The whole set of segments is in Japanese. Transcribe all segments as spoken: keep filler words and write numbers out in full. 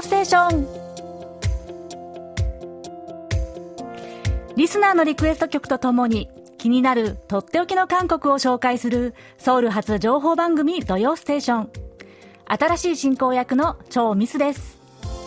ステーション。リスナーのリクエスト曲とともに気になるとっておきの韓国を紹介するソウル発情報番組土曜ステーション。新しい進行役のチョウ・ミスです。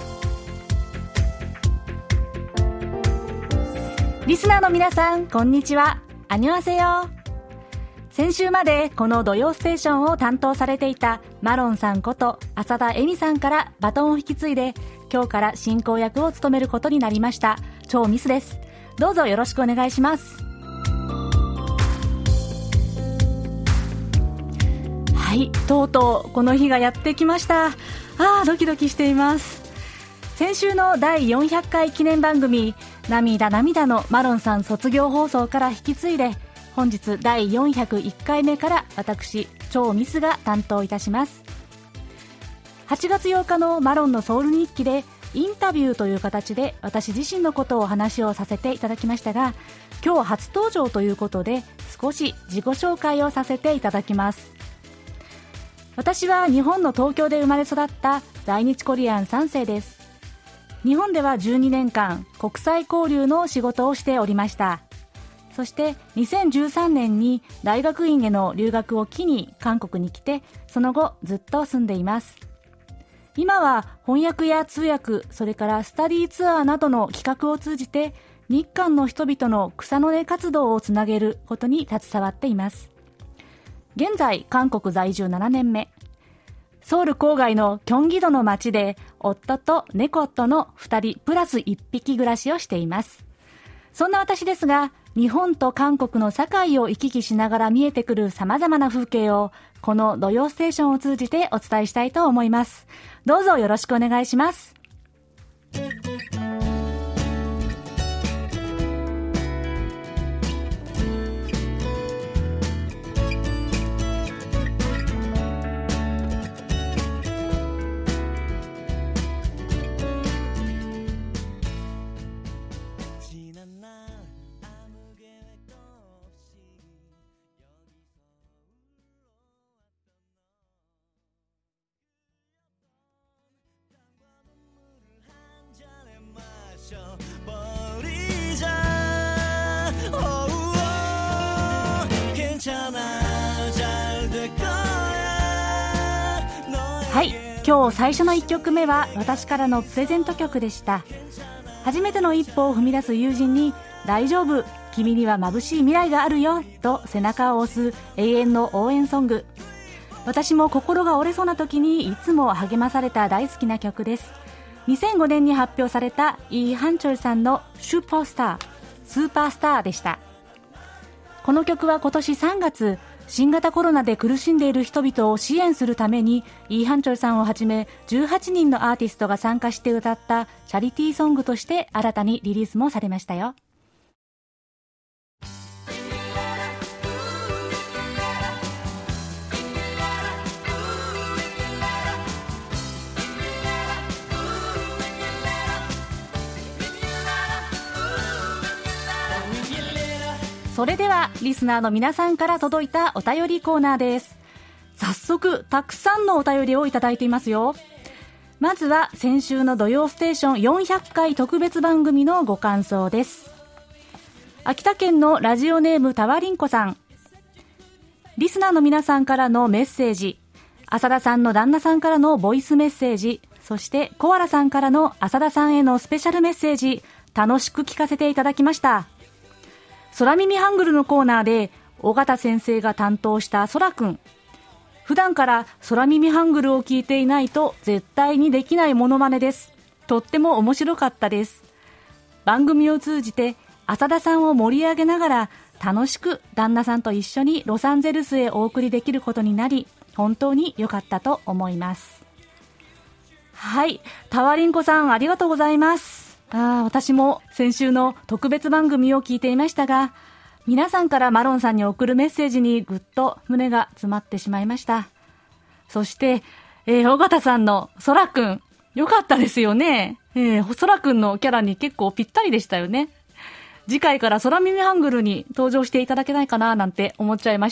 リスナーの皆さん、こんにちは。アニョハセヨ。先週までこの土曜ステーションを担当されていたマロンさんこと浅田恵美さんからバトンを引き継いで、今日から進行役を務めることになりましたチョウ・ミスです。どうぞよろしくお願いします。はい、とうとうこの日がやってきました。あー、ドキドキしています。先週のだいよんひゃっかい記念番組涙涙のマロンさん卒業放送から引き継いで、本日だいよんひゃくいっかいめから私チョウ・ミスが担当いたします。はちがつようかのマロンのソウル日記でインタビューという形で私自身のことを話をさせていただきましたが、今日初登場ということで少し自己紹介をさせていただきます。私は日本の東京で生まれ育った在日コリアンさんせいです。日本ではじゅうにねんかん国際交流の仕事をしておりました。そしてにせんじゅうさんねんに大学院への留学を機に韓国に来て、その後ずっと住んでいます。今は翻訳や通訳、それからスタディーツアーなどの企画を通じて日韓の人々の草の根活動をつなげることに携わっています。現在韓国在住ななねんめ、ソウル郊外のキョンギ道の町で夫と猫とのふたりプラスいっぴき暮らしをしています。そんな私ですが、日本と韓国の境を行き来しながら見えてくる様々な風景をこの土曜ステーションを通じてお伝えしたいと思います。どうぞよろしくお願いします。はい、今日最初のいっきょくめは私からのプレゼント曲でした。初めての一歩を踏み出す友人に、大丈夫、君には眩しい未来があるよと背中を押す永遠の応援ソング。私も心が折れそうな時にいつも励まされた大好きな曲です。にせんごねんに発表されたイ・ハンチョルさんのスーパースター、スーパースターでした。この曲は今年さんがつ、新型コロナで苦しんでいる人々を支援するためにイ・ハンチョルさんをはじめじゅうはちにんのアーティストが参加して歌ったチャリティーソングとして新たにリリースもされましたよ。それではリスナーの皆さんから届いたお便りコーナーです。早速たくさんのお便りをいただいていますよ。まずは先週の土曜ステーションよんひゃっかい特別番組のご感想です。秋田県のラジオネームたわりんこさん。リスナーの皆さんからのメッセージ、浅田さんの旦那さんからのボイスメッセージ、そしてコアラさんからの浅田さんへのスペシャルメッセージ、楽しく聞かせていただきました。空耳ハングルのコーナーで尾形先生が担当したそらくん、普段から空耳ハングルを聞いていないと絶対にできないモノマネです。とっても面白かったです。番組を通じて浅田さんを盛り上げながら楽しく旦那さんと一緒にロサンゼルスへお送りできることになり、本当に良かったと思います。はい、たわりんこさんありがとうございます。あ、私も先週の特別番組を聞いていましたが、皆さんからマロンさんに送るメッセージにぐっと胸が詰まってしまいました。そして、えー、尾形さんのそらくん、よかったですよね。えー、そらくんのキャラに結構ぴったりでしたよね。次回から空耳ハングルに登場していただけないかななんて思っちゃいました。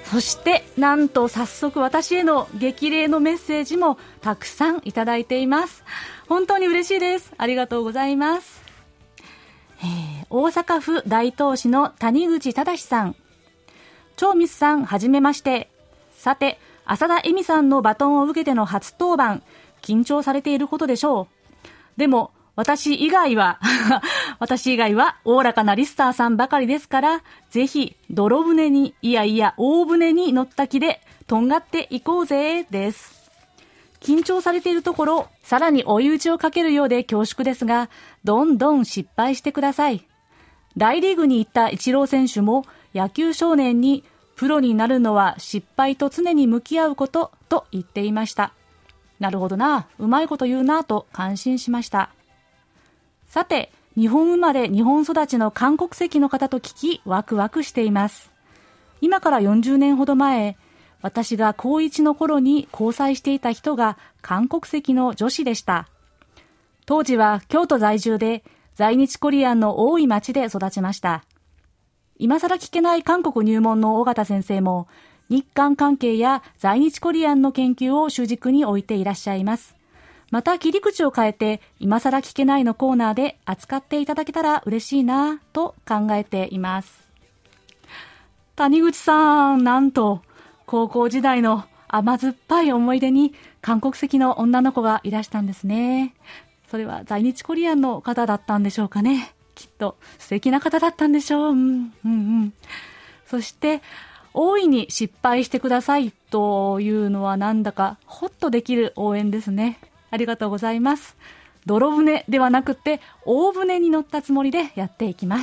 そしてなんと早速私への激励のメッセージもたくさんいただいています。本当に嬉しいです。ありがとうございます。えー、大阪府大東市の谷口忠さん、超ミスさんはじめまして。さて、浅田恵美さんのバトンを受けての初登板、緊張されていることでしょう。でも私以外は私以外はおおらかなリスターさんばかりですから、ぜひ泥船に、いやいや大船に乗った気でとんがっていこうぜです。緊張されているところ、さらに追い打ちをかけるようで恐縮ですが、どんどん失敗してください。大リーグに行ったイチロー選手も野球少年にプロになるのは失敗と常に向き合うことと言っていました。なるほどな、うまいこと言うなと感心しました。さて、日本生まれ日本育ちの韓国籍の方と聞きワクワクしています。今からよんじゅうねんほど前、私が高いちの頃に交際していた人が韓国籍の女子でした。当時は京都在住で在日コリアンの多い町で育ちました。今更聞けない韓国入門の尾形先生も日韓関係や在日コリアンの研究を主軸に置いていらっしゃいます。また切り口を変えて今更聞けないのコーナーで扱っていただけたら嬉しいなと考えています。谷口さん、なんと高校時代の甘酸っぱい思い出に韓国籍の女の子がいらしたんですね。それは在日コリアンの方だったんでしょうかね。きっと素敵な方だったんでしょう。うんうんうん。そして大いに失敗してくださいというのはなんだかホッとできる応援ですね。ありがとうございます。泥船ではなくて大船に乗ったつもりでやっていきます。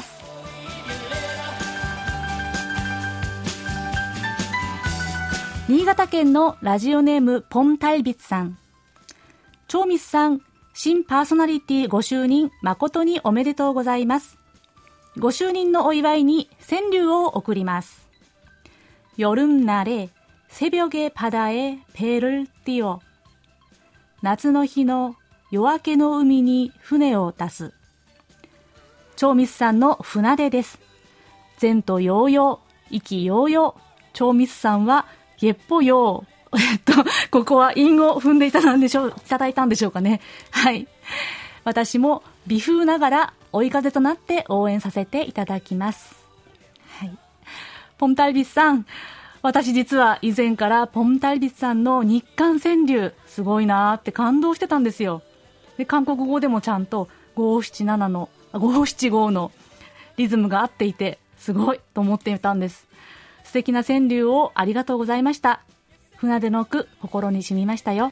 新潟県のラジオネームポンタイビツさん、チョーミスさん、新パーソナリティご就任誠におめでとうございます。ご就任のお祝いに川柳を送ります。여름날에 새벽의 바다에 배를 띄워夏の日の夜明けの海に船を出す。チョーミスさんの船出です。前途洋々、意気揚々。チョーミスさんはゲッポヨー。えっと、ここは韻を踏んでいただいたんでしょう、いただいたんでしょうかね。はい。私も微風ながら追い風となって応援させていただきます。はい。ポンタルビスさん、私実は以前からポンタルビスさんの日韓川柳すごいなーって感動してたんですよ。で、韓国語でもちゃんとごーななのごーごのリズムが合っていてすごいと思っていたんです。素敵な川柳をありがとうございました。船出の句、心に染みましたよ。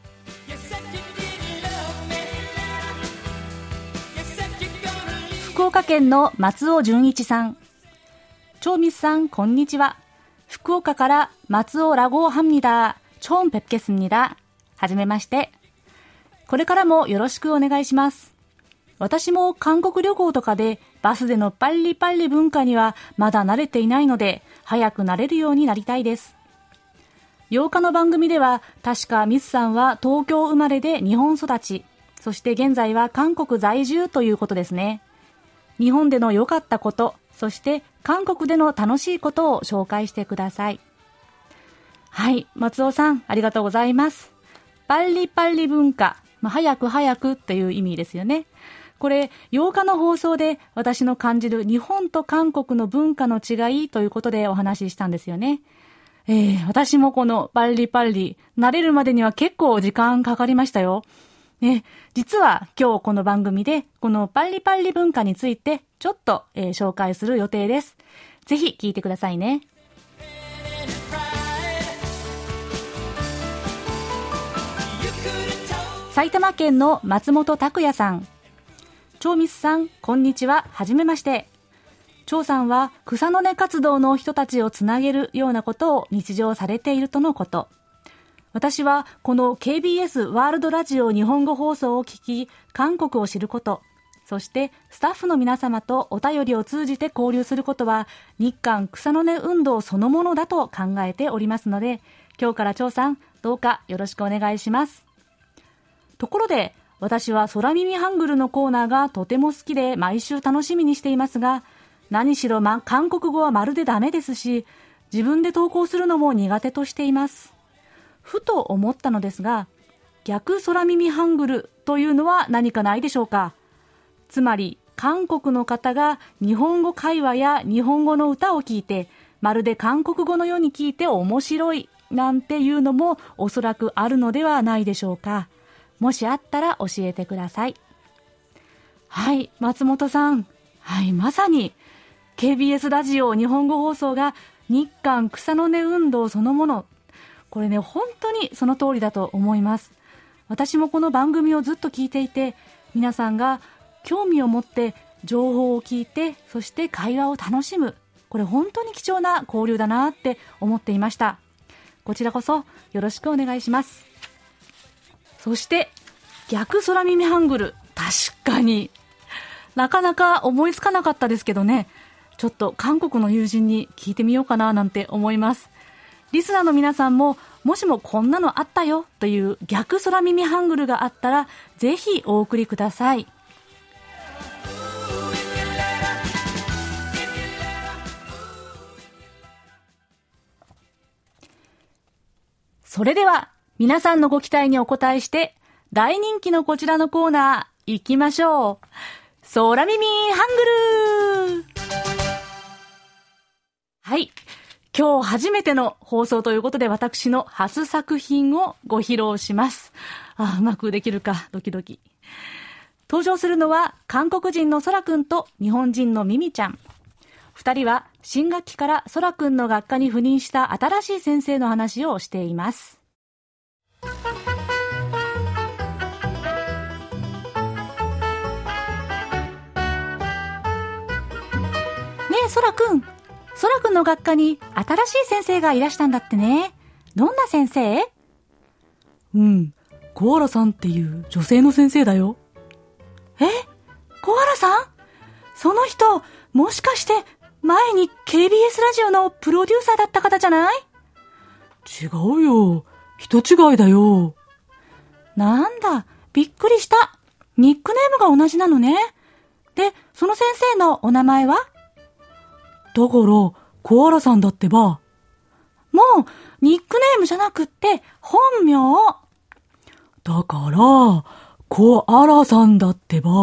福岡県の松尾純一さん、チョーミスさんこんにちは。福岡から松尾ラゴハンニダ처음 뵙겠습니다。はじめまして。これからもよろしくお願いします。私も韓国旅行とかでバスでのパッリパッリ文化にはまだ慣れていないので、早く慣れるようになりたいです。ようかの番組では確かミスさんは東京生まれで日本育ち、そして現在は韓国在住ということですね。日本での良かったこと、そして韓国での楽しいことを紹介してください。はい、松尾さんありがとうございます。パッリパッリ文化、まあ、早く早くっていう意味ですよね。これようかの放送で私の感じる日本と韓国の文化の違いということでお話ししたんですよね。えー、私もこのパッリパッリ慣れるまでには結構時間かかりましたよ。ね、実は今日この番組でこのパッリパッリ文化についてちょっと、えー、紹介する予定です。ぜひ聞いてくださいね。埼玉県の松本拓也さん、チョーミスさんこんにちは、はじめまして。チョーさんは草の根活動の人たちをつなげるようなことを日常されているとのこと。私はこの ケービーエス ワールドラジオ日本語放送を聞き、韓国を知ること、そしてスタッフの皆様とお便りを通じて交流することは日韓草の根運動そのものだと考えておりますので、今日からチョーさんどうかよろしくお願いします。ところで私は空耳ハングルのコーナーがとても好きで毎週楽しみにしていますが、何しろ、ま、韓国語はまるでダメですし、 自分で投稿するのも苦手としています。ふと思ったのですが、逆空耳ハングルというのは何かないでしょうか。つまり韓国の方が日本語会話や日本語の歌を聞いて、まるで韓国語のように聞いて面白いなんていうのもおそらくあるのではないでしょうか。もしあったら教えてください。はい、松本さん。はい、まさに ケービーエス ラジオ日本語放送が日韓草の根運動そのもの。これね、本当にその通りだと思います。私もこの番組をずっと聞いていて、皆さんが興味を持って情報を聞いて、そして会話を楽しむ、これ本当に貴重な交流だなって思っていました。こちらこそよろしくお願いします。そして逆空耳ハングル、確かになかなか思いつかなかったですけどね、ちょっと韓国の友人に聞いてみようかななんて思います。リスナーの皆さんももしもこんなのあったよという逆空耳ハングルがあったら、ぜひお送りください。それでは皆さんのご期待にお答えして大人気のこちらのコーナー行きましょう。空耳ハングル。はい、今日初めての放送ということで、私の初作品をご披露します。あ、うまくできるかドキドキ。登場するのは韓国人のソラくんと日本人のミミちゃん。二人は新学期からソラくんの学科に赴任した新しい先生の話をしています。ねえソラくん、ソラくんの学科に新しい先生がいらしたんだってね。どんな先生？ うん、コアラさんっていう女性の先生だよ。 え？コアラさん？その人、もしかして前に ケービーエス ラジオのプロデューサーだった方じゃない？ 違うよ。人違いだよ。 なんだ、びっくりした。ニックネームが同じなのね。で、その先生のお名前は？ だから、コアラさんだってば。もう、ニックネームじゃなくって、本名。 だから、コアラさんだってば。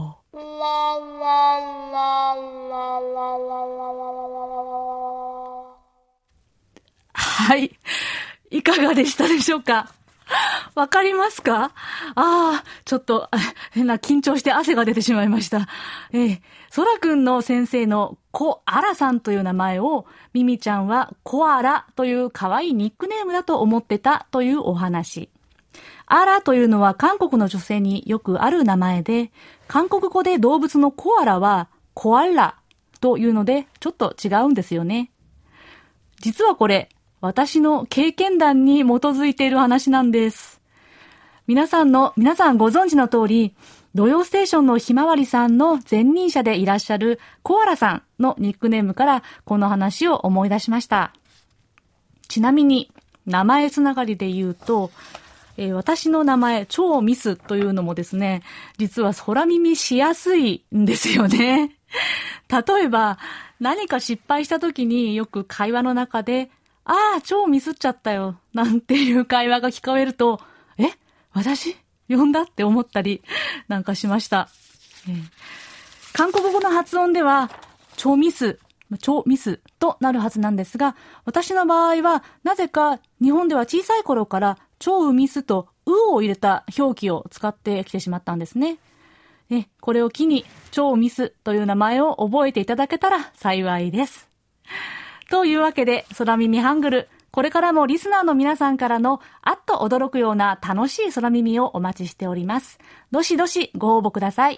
はい。いかがでしたでしょうか？わかりますか？ああ、ちょっと変な緊張して汗が出てしまいました。えー、ソラくんの先生のコアラさんという名前をミミちゃんはコアラという可愛いニックネームだと思ってたというお話。アラというのは韓国の女性によくある名前で、韓国語で動物のコアラはコアラというのでちょっと違うんですよね。実はこれ、私の経験談に基づいている話なんです。皆さんの、皆さんご存知の通り、土曜ステーションのひまわりさんの前任者でいらっしゃるコアラさんのニックネームからこの話を思い出しました。ちなみに、名前つながりで言うと、えー、私の名前、超ミスというのもですね、実は空耳しやすいんですよね。例えば、何か失敗した時によく会話の中で、ああ、超ミスっちゃったよ、なんていう会話が聞こえると、え、私呼んだって思ったりなんかしました。えー、韓国語の発音では、超ミス、超ミスとなるはずなんですが、私の場合は、なぜか日本では小さい頃から超ミスとうを入れた表記を使ってきてしまったんですね。で、これを機に超ミスという名前を覚えていただけたら幸いです。というわけで、空耳ハングル、これからもリスナーの皆さんからのあっと驚くような楽しい空耳をお待ちしております。どしどしご応募ください。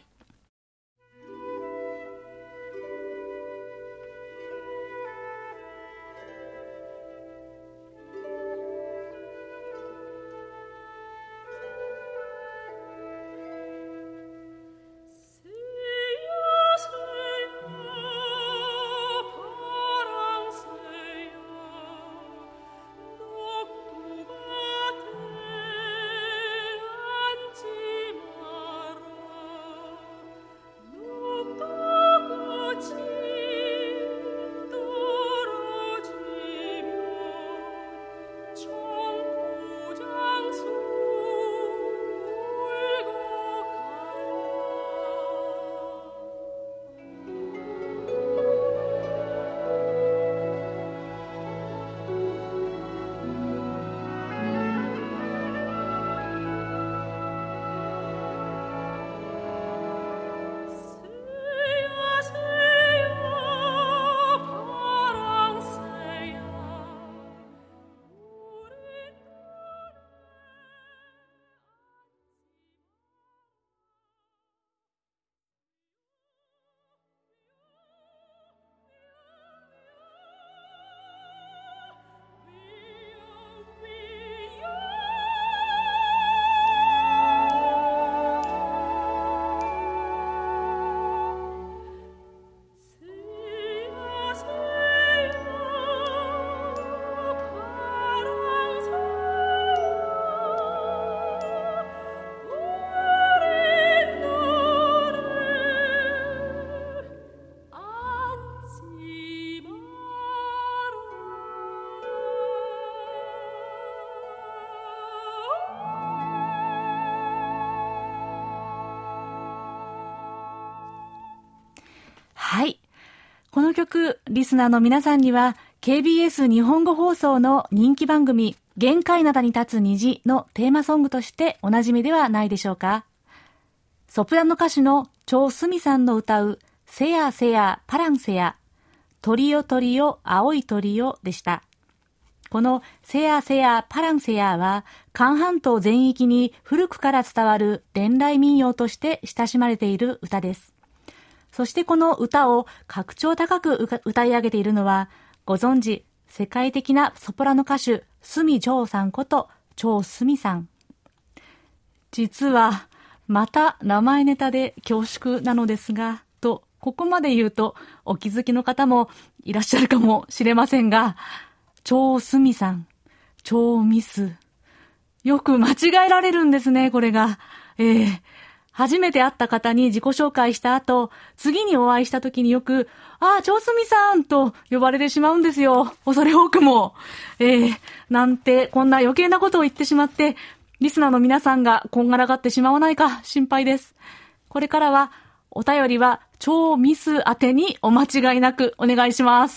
はい。この曲、リスナーの皆さんには ケービーエス 日本語放送の人気番組限界灘に立つ虹のテーマソングとしておなじみではないでしょうか。ソプラノ歌手の張すみさんの歌うせやせやパランセや鳥よ鳥よ青い鳥よでした。このせやせやパランセやは韓半島全域に古くから伝わる伝来民謡として親しまれている歌です。そしてこの歌を格調高く歌い上げているのは、ご存知、世界的なソプラノ歌手、スミジョーさんこと張すみさん。実は、また名前ネタで恐縮なのですが、と、ここまで言うとお気づきの方もいらっしゃるかもしれませんが、張すみさん、張ミス。よく間違えられるんですね、これが。えー初めて会った方に自己紹介した後、次にお会いした時によく、ああ、張すみさんと呼ばれてしまうんですよ。恐れ多くも。えー、なんて、こんな余計なことを言ってしまって、リスナーの皆さんがこんがらがってしまわないか心配です。これからは、お便りは張ミス宛てにお間違いなくお願いします。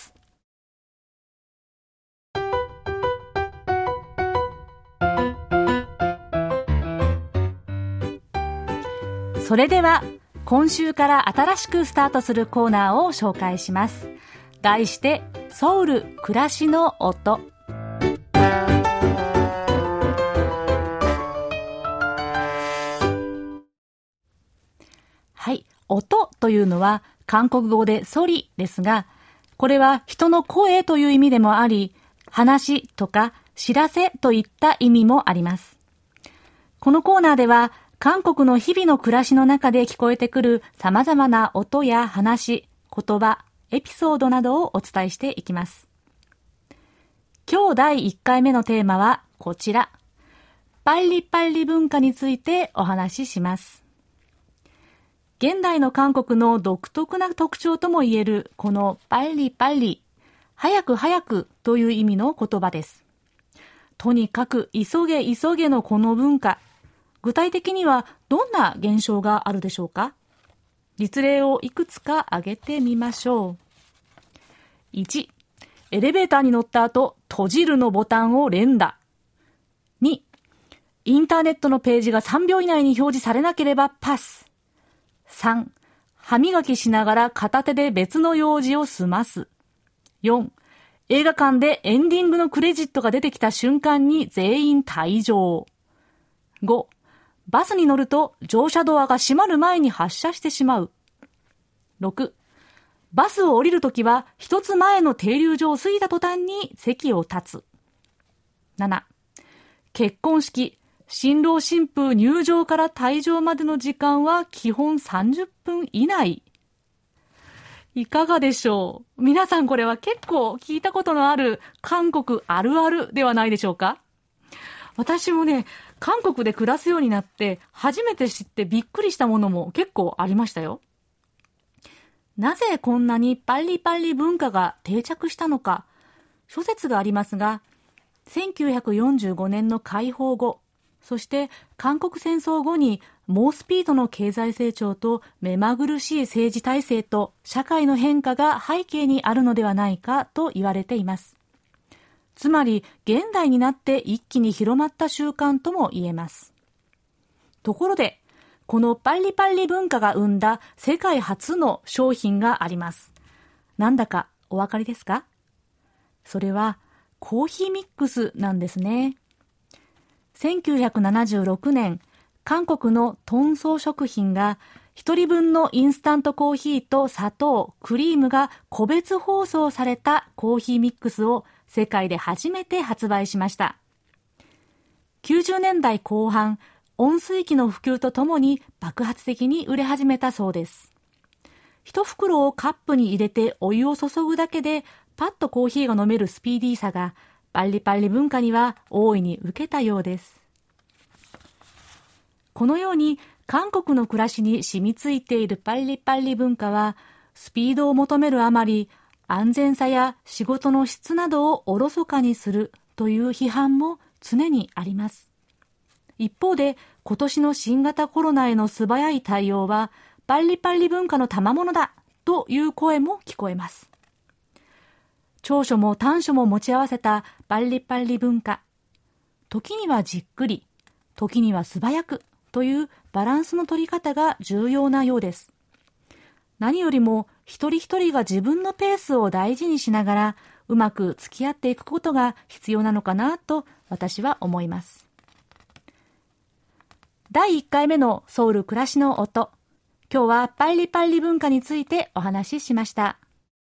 それでは今週から新しくスタートするコーナーを紹介します。題してソウル暮らしの音。はい、音というのは韓国語でソリですが、これは人の声という意味でもあり、話とか知らせといった意味もあります。このコーナーでは韓国の日々の暮らしの中で聞こえてくる様々な音や話、言葉、エピソードなどをお伝えしていきます。今日だいいっかいめのテーマはこちら。パッリパッリ文化についてお話しします。現代の韓国の独特な特徴ともいえるこのパッリパッリ、早く早くという意味の言葉です。とにかく急げ急げのこの文化。具体的にはどんな現象があるでしょうか？実例をいくつか挙げてみましょう。いち、エレベーターに乗った後、閉じるのボタンを連打。に、インターネットのページがさんびょう以内に表示されなければパス。さん、歯磨きしながら片手で別の用事を済ます。よん、映画館でエンディングのクレジットが出てきた瞬間に全員退場。ご、バスに乗ると乗車ドアが閉まる前に発車してしまう。ろく、バスを降りるときは一つ前の停留所を過ぎた途端に席を立つ。なな、結婚式、新郎新婦入場から退場までの時間は基本さんじゅっぷん以内。いかがでしょう？皆さんこれは結構聞いたことのある韓国あるあるではないでしょうか？私もね、韓国で暮らすようになって初めて知ってびっくりしたものも結構ありましたよ。なぜこんなにパッリパッリ文化が定着したのか、諸説がありますが、せんきゅうひゃくよんじゅうごねんの解放後、そして韓国戦争後に猛スピードの経済成長と目まぐるしい政治体制と社会の変化が背景にあるのではないかと言われています。つまり現代になって一気に広まった習慣とも言えます。ところで、このパッリパッリ文化が生んだ世界初の商品があります。なんだかお分かりですか？それはコーヒーミックスなんですね。せんきゅうひゃくななじゅうろくねん、韓国のトンソー食品が一人分のインスタントコーヒーと砂糖、クリームが個別包装されたコーヒーミックスを世界で初めて発売しました。きゅうじゅうねんだいこう半、温水器の普及とともに爆発的に売れ始めたそうです。一袋をカップに入れてお湯を注ぐだけでパッとコーヒーが飲めるスピーディーさがパッリパッリ文化には大いに受けたようです。このように韓国の暮らしに染みついているパッリパッリ文化はスピードを求めるあまり安全さや仕事の質などをおろそかにするという批判も常にあります。一方で今年の新型コロナへの素早い対応はパッリパッリ文化の賜物だという声も聞こえます。長所も短所も持ち合わせたパッリパッリ文化。時にはじっくり、時には素早くというバランスの取り方が重要なようです。何よりも一人一人が自分のペースを大事にしながらうまく付き合っていくことが必要なのかなと私は思います。だいいっかいめのソウル暮らしの音。今日はパッリパッリ文化についてお話ししました。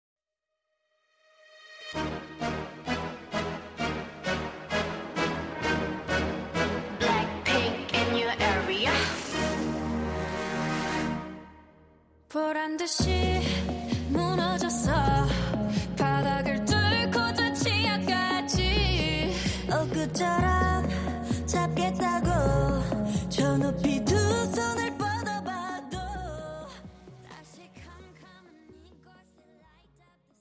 보란듯이 무너졌어 바닥을 뚫고 저 지하까지 엊그처럼 잡겠다고 저 높이 두 손을 뻗어봐도 다시 캄캄한 이곳에 light up the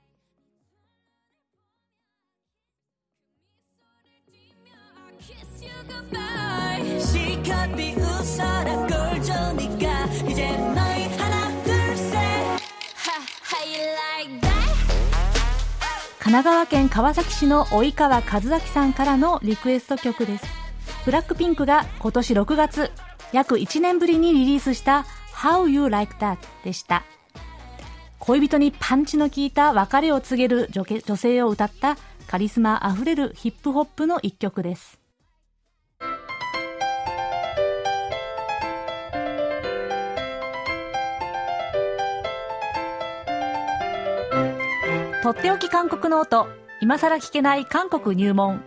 sky 그 미소를 띠며 I kiss you goodbye 실컷 비웃어라 꼴 좋으니까 이제 너희 神奈川県川崎市の及川和明さんからのリクエスト曲です。ブラックピンクが今年ろくがつ約いちねんぶりにリリースした How You Like That でした。恋人にパンチの効いた別れを告げる女性を歌ったカリスマあふれるヒップホップの一曲です。とっておき韓国の音、今さら聞けない韓国入門。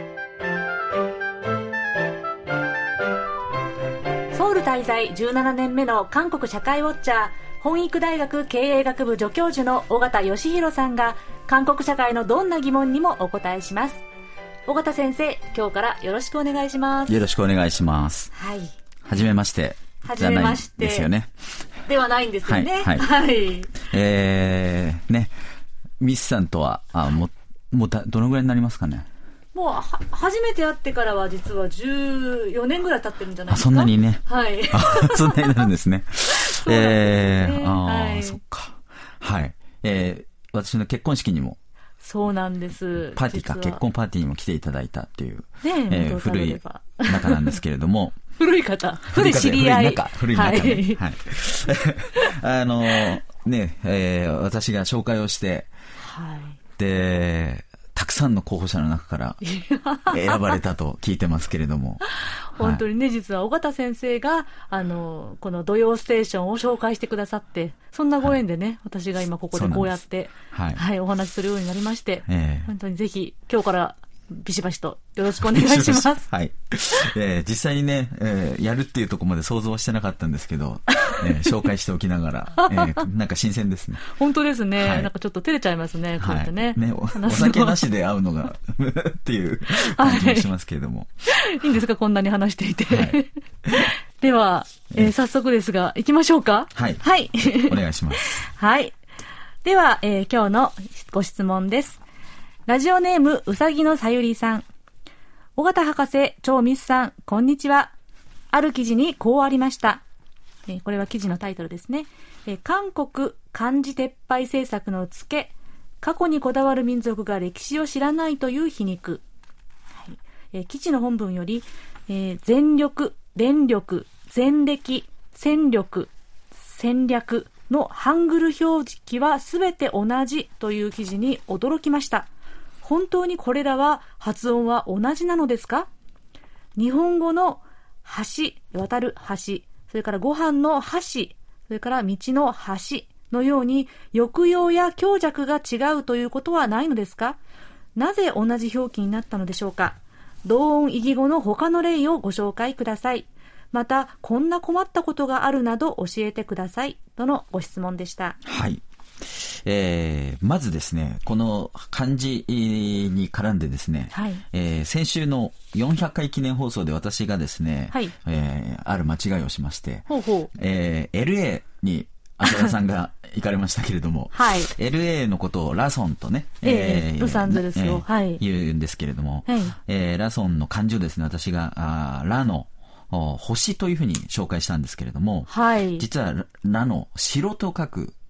ソウル滞在じゅうななねんめの韓国社会ウォッチャー、本育大学経営学部助教授の尾形義弘さんが韓国社会のどんな疑問にもお答えします。尾形先生、今日からよろしくお願いします。 よろしくお願いします。 はい。 はじめまして。 はじめまして。 ですよね。 ではないんですよね。 はい。はい。はい、えー、ね。ミスさんとは、あ、もう、もうだ、どのぐらいになりますかね。 もうは、初めて会ってからは実はじゅうよねんぐらい経ってるんじゃないですか。 あ、そんなにね。 はい。 そんなになるんですね。 そうなんですね。 えー、ああ、 はい、 そっか。はい。えー、私の結婚式にも。 そうなんです。 パーティーか、結婚パーティーにも来ていただいたっていう。 ねえ、 えー、古い仲なんですけれども。 古い方。古い知り合い。 古い仲。古い仲ね。はい。あの、ね、えー、私が紹介をして、 はい。 で、たくさんの候補者の中から選ばれたと聞いてますけれども。 本当にね、はい、実は尾形先生が、あの、この土曜ステーションを紹介してくださって、そんなご縁でね、はい、私が今ここでこうやって、はい、はい、お話しするようになりまして、えー、本当にぜひ今日からビシバシとよろしくお願いします。 はい。えー、実際にね、えー、やるっていうところまで想像はしてなかったんですけど、えー、紹介しておきながら、えー、なんか新鮮ですね。 本当ですね、はい。なんかちょっと照れちゃいますね、こうやってね。はい、 ね、お、お酒なしで会うのがっていう感じもしますけれども。 はい、いいんですか、こんなに話していて。はい、では、えー、早速ですが、行きましょうか。 はい。 はい。 お願いします。 はい。では、えー、今日のご質問です。ラジオネームうさぎのさゆりさん。尾形博士、超ミスさん、こんにちは。ある記事にこうありました。えー、これは記事のタイトルですね。えー、韓国漢字撤廃政策のツケ、過去にこだわる民族が歴史を知らないという皮肉。はい、えー、記事の本文より、えー、全力、電力、前歴、戦力、戦略のハングル表記はすべて同じという記事に驚きました。本当にこれらは発音は同じなのですか？日本語の橋、渡る橋、それからご飯の箸、それから道の橋のように抑揚や強弱が違うということはないのですか？なぜ同じ表記になったのでしょうか？同音異義語の他の例をご紹介ください。また、こんな困ったことがあるなど教えてください。とのご質問でした。 はい。えー、まずですね、この漢字に絡んでですね、はい、えー、先週のよんひゃっかい記念放送で私がですね、はい、えー、ある間違いをしまして、 ほうほう、 えー、エルエー に浅田さんが行かれましたけれども、はい、エルエー のことをラソンとね、 えーえー、ロサンゼルスを、えーはい、 言うんですけれども、はい、えー、ラソンの漢字をですね、私があラの星というふうに紹介したんですけれども、はい、実はラの城と書く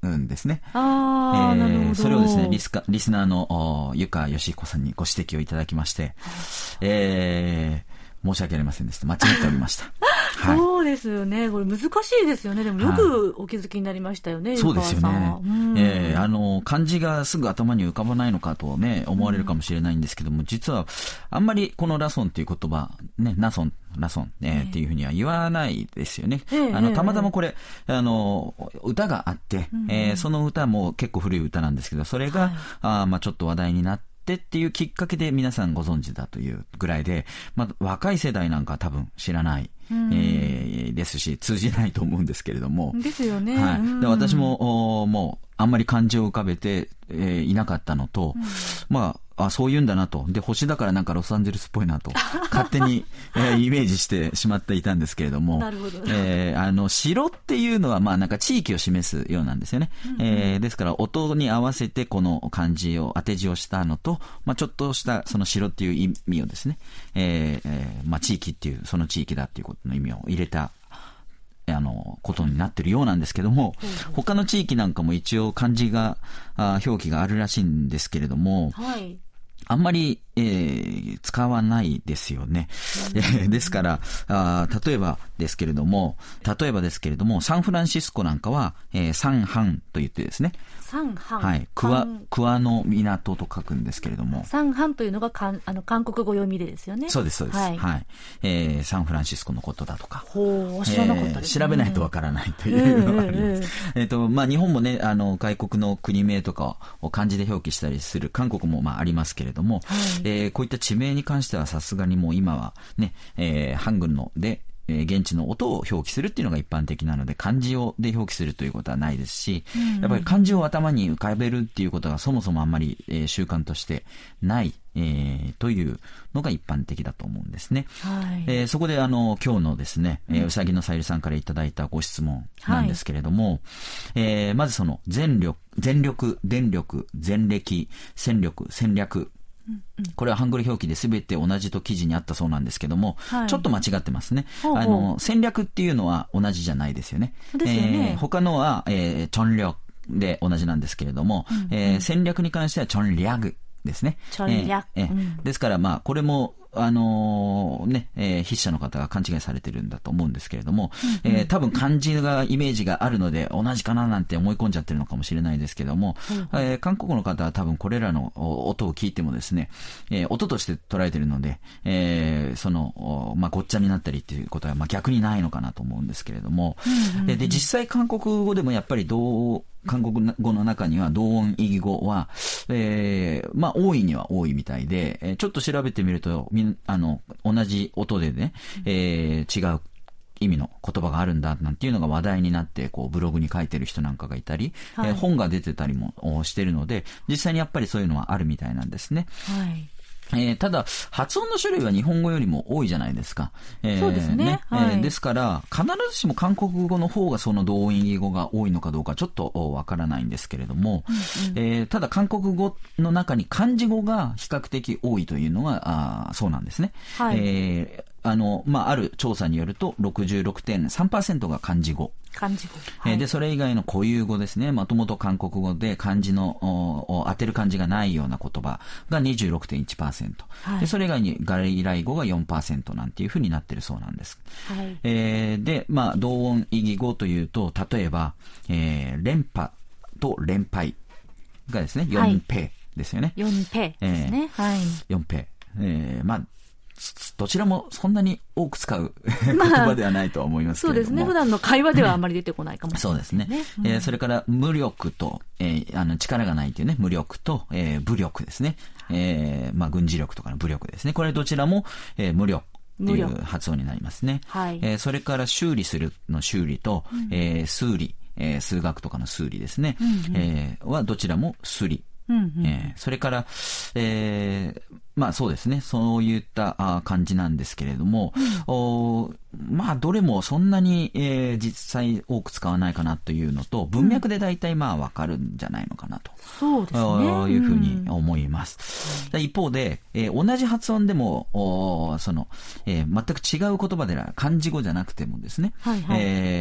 んですね。 あ、えー、なるほど。 それをですね、リスカ、リスナーのゆかよしひこさんにご指摘をいただきまして、えー、申し訳ありませんでした。間違っておりました。 はい、そうですよね。これ難しいですよね。でもよくお気づきになりましたよね。はい、 そうですよね。うん、えー、あの漢字がすぐ頭に浮かばないのかとね思われるかもしれないんですけども、うん、実はあんまりこのラソンっていう言葉ね、ナソンラソン、えー、っていうふうには言わないですよね。えー、あのたまたまこれ、えー、あの歌があって、うん、えー、その歌も結構古い歌なんですけど、それが、はい、あまあちょっと話題になってってっていうきっかけで皆さんご存知だというぐらいで、まあ、若い世代なんか多分知らない、うんえー、ですし通じないと思うんですけれども。 ですよね。 はい、で私ももうあんまり漢字を浮かべて、えー、いなかったのと、うん、まああそういうんだなと。で星だからなんかロサンゼルスっぽいなと勝手に、えー、イメージしてしまっていたんですけれども、 なるほど、 えー、あの城っていうのはまあなんか地域を示すようなんですよね。うんうん、えー、ですから音に合わせてこの漢字を当て字をしたのと、まあ、ちょっとしたその城っていう意味をですね、えーえー、まあ地域っていうその地域だっていうことの意味を入れたあのことになってるようなんですけども、うん、他の地域なんかも一応漢字があ表記があるらしいんですけれども、はい、あんまり、えー、使わないですよね。うん、ですからあ例えばですけれども例えばですけれどもサンフランシスコなんかは、えー、サンハンと言ってですね、 サンハン、 はい、桑桑の港と書くんですけれども、 サンハンというのがかんあの韓国語読みでですよね。 そうですそうです、はいはい、えー、サンフランシスコのことだとか、 ほう知らなかったですね、 えー、調べないとわからないというのがあります。えーえーえーとまあ、日本もねあの外国の国名とかを漢字で表記したりする韓国もまあありますけれども、はい、えー、こういった地名に関してはさすがにもう今はね、えー、ハングルのでえー、現地の音を表記するっていうのが一般的なので漢字をで表記するということはないですし、うんうん、やっぱり漢字を頭に浮かべるっていうことがそもそもあんまり、えー、習慣としてない、えー、というのが一般的だと思うんですね。はい、えー、そこであの今日のですね、えー、うさぎのさゆりさんからいただいたご質問なんですけれども、はい、えー、まずその全力、全力、電力、前歴、戦力、戦略、これはハングル表記で全て同じと記事にあったそうなんですけども、はい、ちょっと間違ってますね。ほうほう、あの戦略っていうのは同じじゃないですよね。ですよね。えー、他のは、えー、チョンリョで同じなんですけれども、うんうん、えー、戦略に関してはチョンリャグですね。 チョンリャグ、 えーえーうん、ですからまあこれもあのー、ね、えー、筆者の方が勘違いされてるんだと思うんですけれども、うんうん、えー、多分漢字がイメージがあるので同じかななんて思い込んじゃってるのかもしれないですけども、うんうん、えー、韓国の方は多分これらの音を聞いてもですね、えー、音として捉えてるので、えー、その、まあ、ごっちゃになったりっていうことはまあ逆にないのかなと思うんですけれども、うんうんうん、で、実際韓国語でもやっぱりどう韓国語の中には同音異義語は、えー、まあ多いには多いみたいで、えー、ちょっと調べてみるとみんあの同じ音でね、えー、違う意味の言葉があるんだなんていうのが話題になってこうブログに書いてる人なんかがいたり、はい、えー、本が出てたりもしてるので実際にやっぱりそういうのはあるみたいなんですね。はい、えー、ただ発音の種類は日本語よりも多いじゃないですか。えー、 そうですね。はい、 えー、ですから必ずしも韓国語の方がその同音異義語が多いのかどうかちょっとわからないんですけれども、うんうん、えー、ただ韓国語の中に漢字語が比較的多いというのはあそうなんですね。はい、えーあの、まあ、ある調査によると ろくじゅうろくてんさんパーセント が漢字語。 漢字語。 はい、で、それ以外の固有語ですね。もともと韓国語で漢字の当てる漢字がないような言葉が にじゅうろくてんいちパーセント。はい、で、それ以外に外来語が よんパーセント なんていうふうになってるそうなんです。はい、えー、で、まあ、同音異義語というと、例えば、えー、連覇と連敗がですね、よんペイですよね。 よんペイですね。 えー、はい。よんペイ。えー、まあ、どちらもそんなに多く使う言葉ではないとは思いますけれども、まあ、そうですね。 普段の会話ではあまり出てこないかもしれない、ね、 そうですね。うん、えー、それから無力と、えー、あの力がないというね、無力と、えー、武力ですね。えー、まあ軍事力とかの武力ですね。これどちらも、えー、無力という発音になりますね。はい、えー、それから修理するの修理と、うん、えー、数理、えー、数学とかの数理ですね。うんうん、えー、はどちらも数理。うんうん、えー、それから、えー、まあそうですね、そういったあ感じなんですけれども、うん、おまあどれもそんなに、えー、実際多く使わないかなというのと、文脈で大体まあわかるんじゃないのかなと、 そうですね、 いうふうに思います。うん、一方で、えー、同じ発音でもおその、えー、全く違う言葉で漢字語じゃなくてもですね、はいはい、えー、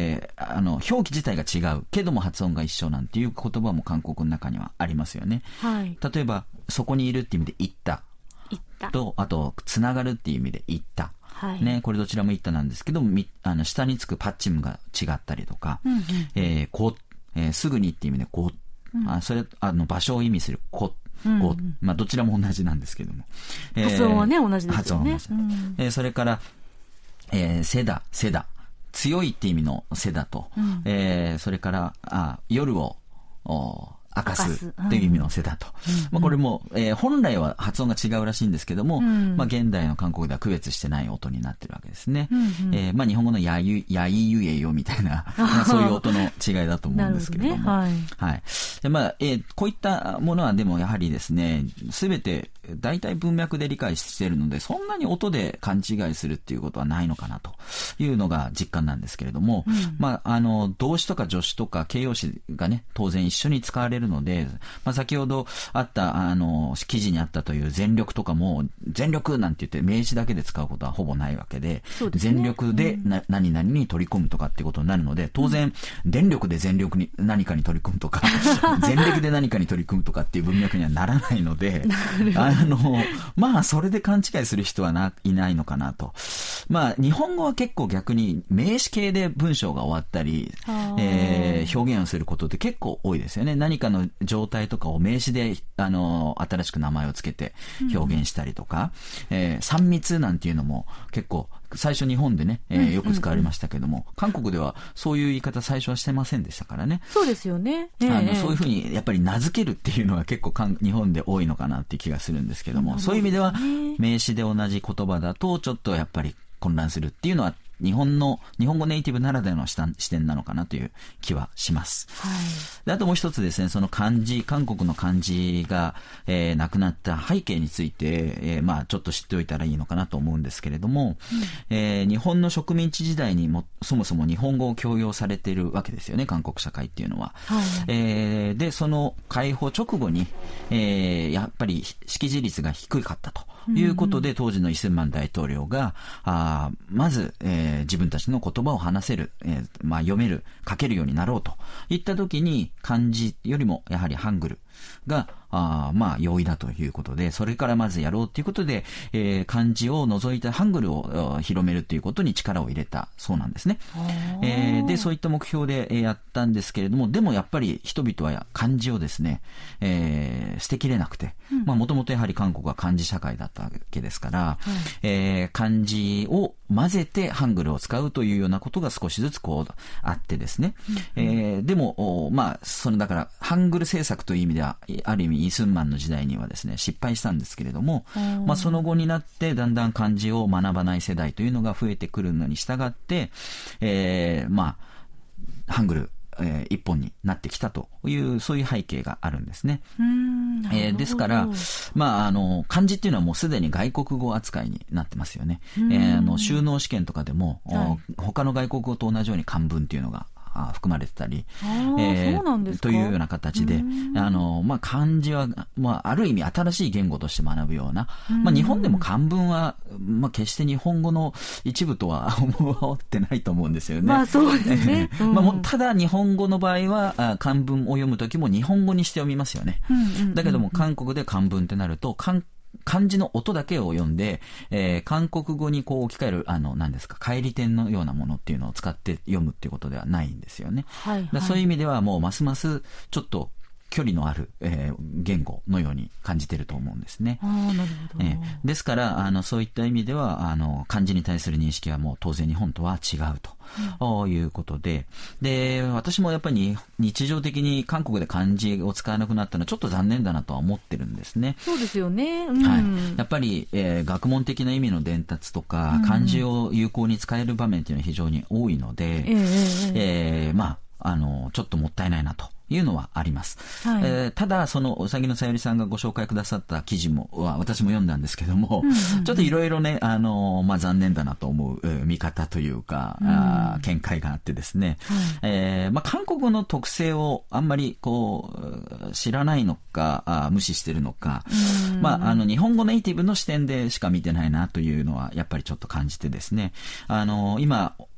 あの、表記自体が違うけども発音が一緒なんていう言葉も韓国の中にはありますよね。 はい、 例えば、そこにいるっていう意味で行った。 行った。 と、あと、つながるっていう意味で行った。 はい、 ね、これどちらも行ったなんですけど、みあの下につくパッチムが違ったりとか、うんうん、えー、こう、えー、すぐにっていう意味でこう、うん、あそれあの場所を意味するこう、うんうん、まあ、どちらも同じなんですけども、 えー、発音はね同じですよね。 発音は同じ、うんえー、それから、えー、せだせだ強いって意味のせだと、うんえー、それからあ夜をお明かすっていう意味のせだと、うんまあ、これも、えー、本来は発音が違うらしいんですけども、うんまあ、現代の韓国では区別してない音になってるわけですね、うんうんえーまあ、日本語のやゆやいゆえよみたいなそういう音の違いだと思うんですけれども、ねはいはいでまあえー、こういったものはでもやはりですね全て大体文脈で理解しているのでそんなに音で勘違いするっていうことはないのかなというのが実感なんですけれども、うんまあ、あの動詞とか助詞とか形容詞がね当然一緒に使われるので、まあ、先ほどあったあの記事にあったという全力とかも全力なんて言って名詞だけで使うことはほぼないわけ で, で、ね、全力でな、うん、何々に取り込むとかってことになるので当然、うん、電力で全力に何かに取り込むとか全力で何かに取り組むとかっていう文脈にはならないのであのまあそれで勘違いする人はないないのかなと。まあ日本語は結構逆に名詞形で文章が終わったり、えー、表現をすることって結構多いですよね。何かの状態とかを名詞であの新しく名前をつけて表現したりとか、うんえー、三密なんていうのも結構最初日本でね、えー、よく使われましたけども、うんうんうん、韓国ではそういう言い方最初はしてませんでしたからね。 そうですよね、 えー、あのそういうふうにやっぱり名付けるっていうのは結構日本で多いのかなっていう気がするんですけども、うん、そういう意味では名詞で同じ言葉だとちょっとやっぱり混乱するっていうのは日本の日本語ネイティブならではの視点なのかなという気はします、はい、であともう一つですねその漢字韓国の漢字が、えー、なくなった背景について、えー、まあちょっと知っておいたらいいのかなと思うんですけれども、うんえー、日本の植民地時代にもそもそも日本語を強要されているわけですよね韓国社会っていうのは、はいえー、でその解放直後に、えー、やっぱり識字率が低かったということで、うんうん、当時のイ・スンマン大統領があまず、えー自分たちの言葉を話せる、えーまあ、読める書けるようになろうといった時に漢字よりもやはりハングルがあまあ容易だということでそれからまずやろうということで、えー、漢字を除いたハングルを広めるということに力を入れたそうなんですね、えー、でそういった目標でやったんですけれどもでもやっぱり人々は漢字をですね、えー、捨てきれなくてもともとやはり韓国は漢字社会だったわけですから、うんえー、漢字を混ぜてハングルを使うというようなことが少しずつこうあってですね、うんえー、でもまあそのだからハングル政策という意味ではある意味イ・スンマンの時代にはですね失敗したんですけれども、まあ、その後になってだんだん漢字を学ばない世代というのが増えてくるのに従って、えー、まあハングルえー、一本になってきたというそういう背景があるんですね。 うーんえー、ですから、まあ、あの漢字っていうのはもうすでに外国語扱いになってますよね。えー、あの就農試験とかでも、はい、他の外国語と同じように漢文っていうのが含まれてたり、 えー、 というような形で、あの、まあ、漢字は、まあ、ある意味新しい言語として学ぶような、まあ、日本でも漢文は、まあ、決して日本語の一部とは思ってないと思うんですよね。 まあ、そうですね。 まあ、ただ日本語の場合は、漢文を読むときも日本語にして読みますよね。だけども、韓国で漢文ってなると、漢漢字の音だけを読んで、えー、韓国語にこう置き換えるあの何ですか返り点のようなものっていうのを使って読むっていうことではないんですよね。 はいはい、 だそういう意味ではもうますますちょっと距離のある、えー、言語のように感じていると思うんですね。 あー、なるほど。 えー、ですからあのそういった意味ではあの漢字に対する認識はもう当然日本とは違うと、うん、いうことで、で私もやっぱり日常的に韓国で漢字を使わなくなったのはちょっと残念だなとは思ってるんですね。 そうですよね。うん、 はい、やっぱり、えー、学問的な意味の伝達とか、うん、漢字を有効に使える場面っていうのは非常に多いので、えーえー、まああのちょっともったいないなというのはあります、はいえー、ただそのうさぎのさゆりさんがご紹介くださった記事もは私も読んだんですけども、うんうんうん、ちょっといろいろねあの、まあ、残念だなと思う、えー、見方というか、うん、あ見解があってですね、はいえーまあ、韓国の特性をあんまりこう知らないのかあ無視してるのか、うんまあ、あの日本語ネイティブの視点でしか見てないなというのはやっぱりちょっと感じてですねあの今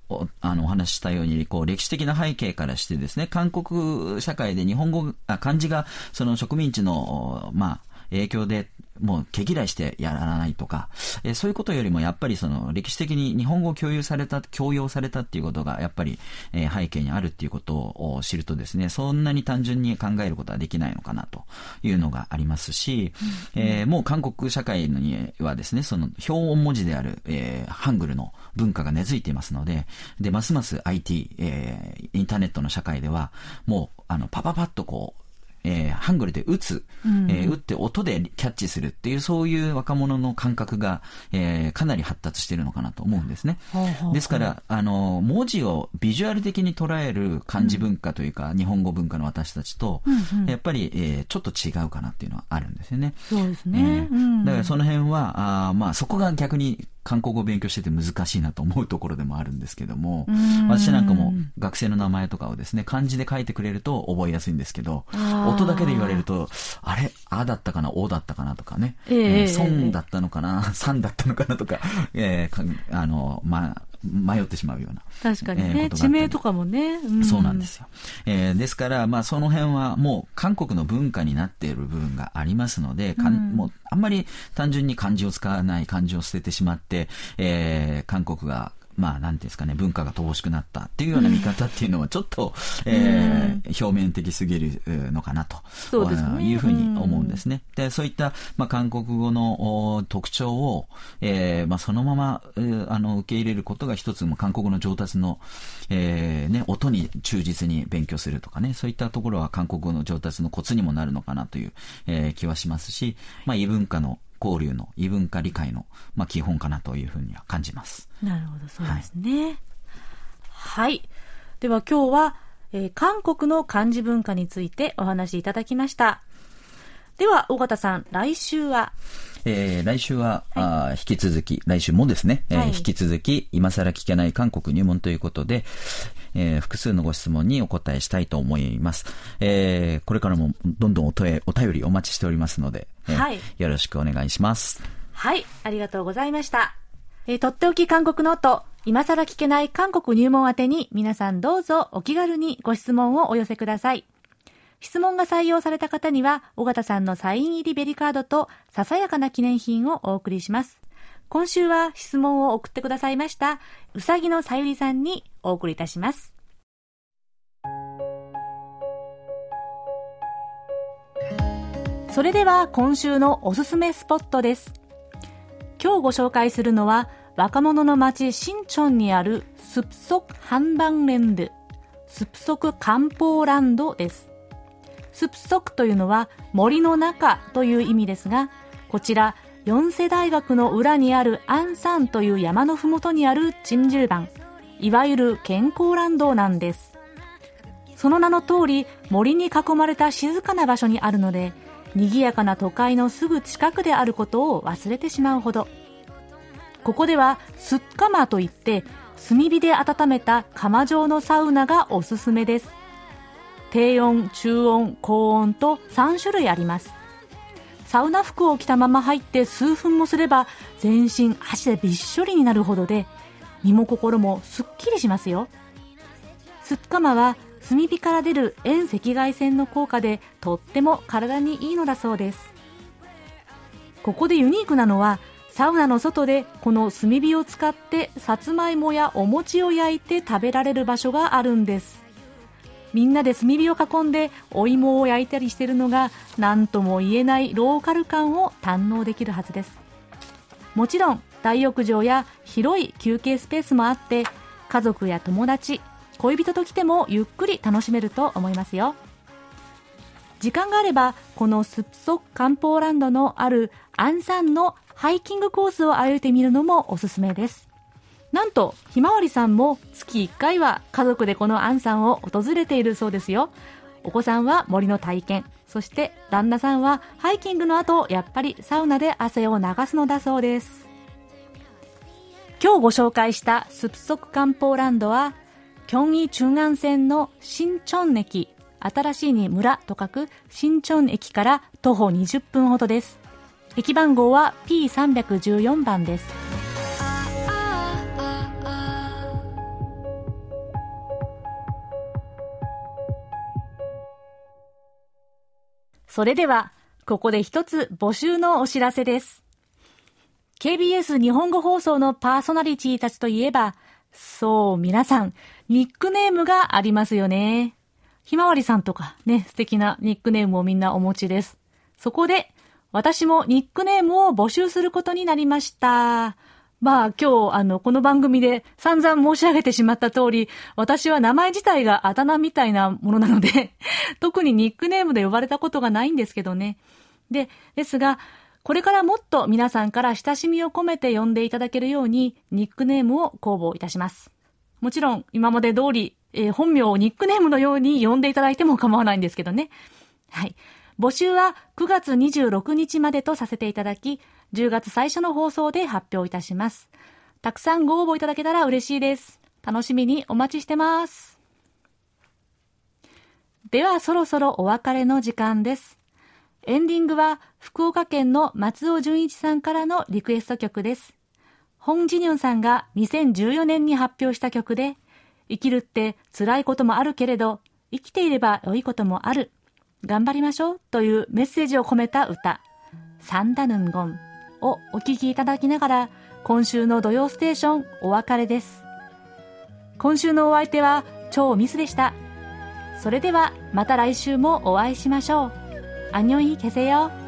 お, あのお話ししたようにこう歴史的な背景からしてですね、韓国社会で日本語あ漢字がその植民地の、まあ、影響でもう毛嫌いしてやらないとか、えー、そういうことよりもやっぱりその歴史的に日本語を共有された強要されたっていうことがやっぱり、えー、背景にあるっていうことを知るとですね、そんなに単純に考えることはできないのかなというのがありますし、うんえー、もう韓国社会にはですね、その表音文字である、えー、ハングルの文化が根付いていますので、でますます アイティー、えー、インターネットの社会ではもうあのパパパッとこうえー、ハングルで打つ、うんえー、打って音でキャッチするっていうそういう若者の感覚が、えー、かなり発達しているのかなと思うんですね。ほうほうほう。ですからあの文字をビジュアル的に捉える漢字文化というか、うん、日本語文化の私たちと、うんうん、やっぱり、えー、ちょっと違うかなっていうのはあるんですよね。 そうですね、えーうん、 だからその辺はあ、まあ、そこが逆に韓国語を勉強してて難しいなと思うところでもあるんですけども、私なんかも学生の名前とかをですね漢字で書いてくれると覚えやすいんですけど、音だけで言われるとあれあだったかなおだったかなとかね、えーえー、損だったのかなさんだったのかなとか、えー、あのまあ迷ってしまうような確かにね、えー、地名とかもね、 うん、そうなんですよ、えー、ですから、まあ、その辺はもう韓国の文化になっている部分がありますので、かん、うん、もうあんまり単純に漢字を使わない漢字を捨ててしまって、えー、韓国がまあ、なんていうんですかね、文化が乏しくなったっていうような見方っていうのはちょっと、うんえー、表面的すぎるのかなとそうです、ね、いうふうに思うんですね。で、そういった、まあ、韓国語の特徴を、えーまあ、そのまま、えー、あの受け入れることが一つも韓国語の上達の、えーね、音に忠実に勉強するとかね、そういったところは韓国語の上達のコツにもなるのかなという、えー、気はしますし、まあ、異文化の交流の異文化理解の、まあ、基本かなというふうには感じます。 なるほど、そうですね。はい。はい、では今日は、えー、韓国の漢字文化についてお話しいただきました。では尾形さん、来週はえー、来週は、はい、あ引き続き来週もですね、えーはい、引き続き今更聞けない韓国入門ということで、えー、複数のご質問にお答えしたいと思います。えー、これからもどんどんお問えお便りお待ちしておりますので、えーはい、よろしくお願いします。 はい、ありがとうございました。えー、とっておき韓国ノート、今更聞けない韓国入門宛てに皆さんどうぞお気軽にご質問をお寄せください。質問が採用された方には尾形さんのサイン入りベリカードとささやかな記念品をお送りします。今週は質問を送ってくださいましたうさぎのさゆりさんにお送りいたします。それでは今週のおすすめスポットです。今日ご紹介するのは若者の町シンチョンにあるスプソクハンバンレンド、スプソク漢方ランドです。スプソクというのは森の中という意味ですが、こちら四世大学の裏にあるアンサンという山のふもとにあるチンジルバン、いわゆる健康ランドなんです。その名の通り森に囲まれた静かな場所にあるので、賑やかな都会のすぐ近くであることを忘れてしまうほど。ここではスッカマといって炭火で温めた釜状のサウナがおすすめです。低温、中温、高温とさん種類あります。サウナ服を着たまま入って数分もすれば全身汗でびっしょりになるほどで、身も心もすっきりしますよ。スッカマは炭火から出る遠赤外線の効果でとっても体にいいのだそうです。ここでユニークなのは、サウナの外でこの炭火を使ってさつまいもやお餅を焼いて食べられる場所があるんです。みんなで炭火を囲んでお芋を焼いたりしているのが何とも言えないローカル感を堪能できるはずです。もちろん大浴場や広い休憩スペースもあって、家族や友達、恋人と来てもゆっくり楽しめると思いますよ。時間があればこのスプソク漢方ランドのあるアンサンのハイキングコースを歩いてみるのもおすすめです。なんとひまわりさんも月いっかいは家族でこのアンサンを訪れているそうですよ。お子さんは森の体験、そして旦那さんはハイキングの後やっぱりサウナで汗を流すのだそうです。今日ご紹介したスプソク漢方ランドはキョンイ中央線のシンチョン駅、新しいに村と書くシンチョン駅から徒歩にじゅっぷんほどです。駅番号は ピーさんびゃくじゅうよん 番です。 それでは、ここで一つ募集のお知らせです。ケービーエス 日本語放送のパーソナリティたちといえば、そう、皆さん、ニックネームがありますよね。ひまわりさんとかね、素敵なニックネームをみんなお持ちです。そこで、私もニックネームを募集することになりました。まあ今日あのこの番組で散々申し上げてしまった通り、私は名前自体があだ名みたいなものなので特にニックネームで呼ばれたことがないんですけどね。で、ですがこれからもっと皆さんから親しみを込めて呼んでいただけるようにニックネームを公募いたします。もちろん今まで通り、えー、本名をニックネームのように呼んでいただいても構わないんですけどね。はい。募集はくがつにじゅうろくにちまでとさせていただき、じゅうがつ最初の放送で発表いたします。たくさんご応募いただけたら嬉しいです。楽しみにお待ちしてます。ではそろそろお別れの時間です。エンディングは福岡県の松尾純一さんからのリクエスト曲です。ホン・ジニョンさんがにせんじゅうよねんに発表した曲で、生きるって辛いこともあるけれど、生きていれば良いこともある。頑張りましょうというメッセージを込めた歌、サンダヌンゴンをお聴きいただきながら、今週の土曜ステーションお別れです。今週のお相手は超ミスでした。それではまた来週もお会いしましょう。안녕히 계세요。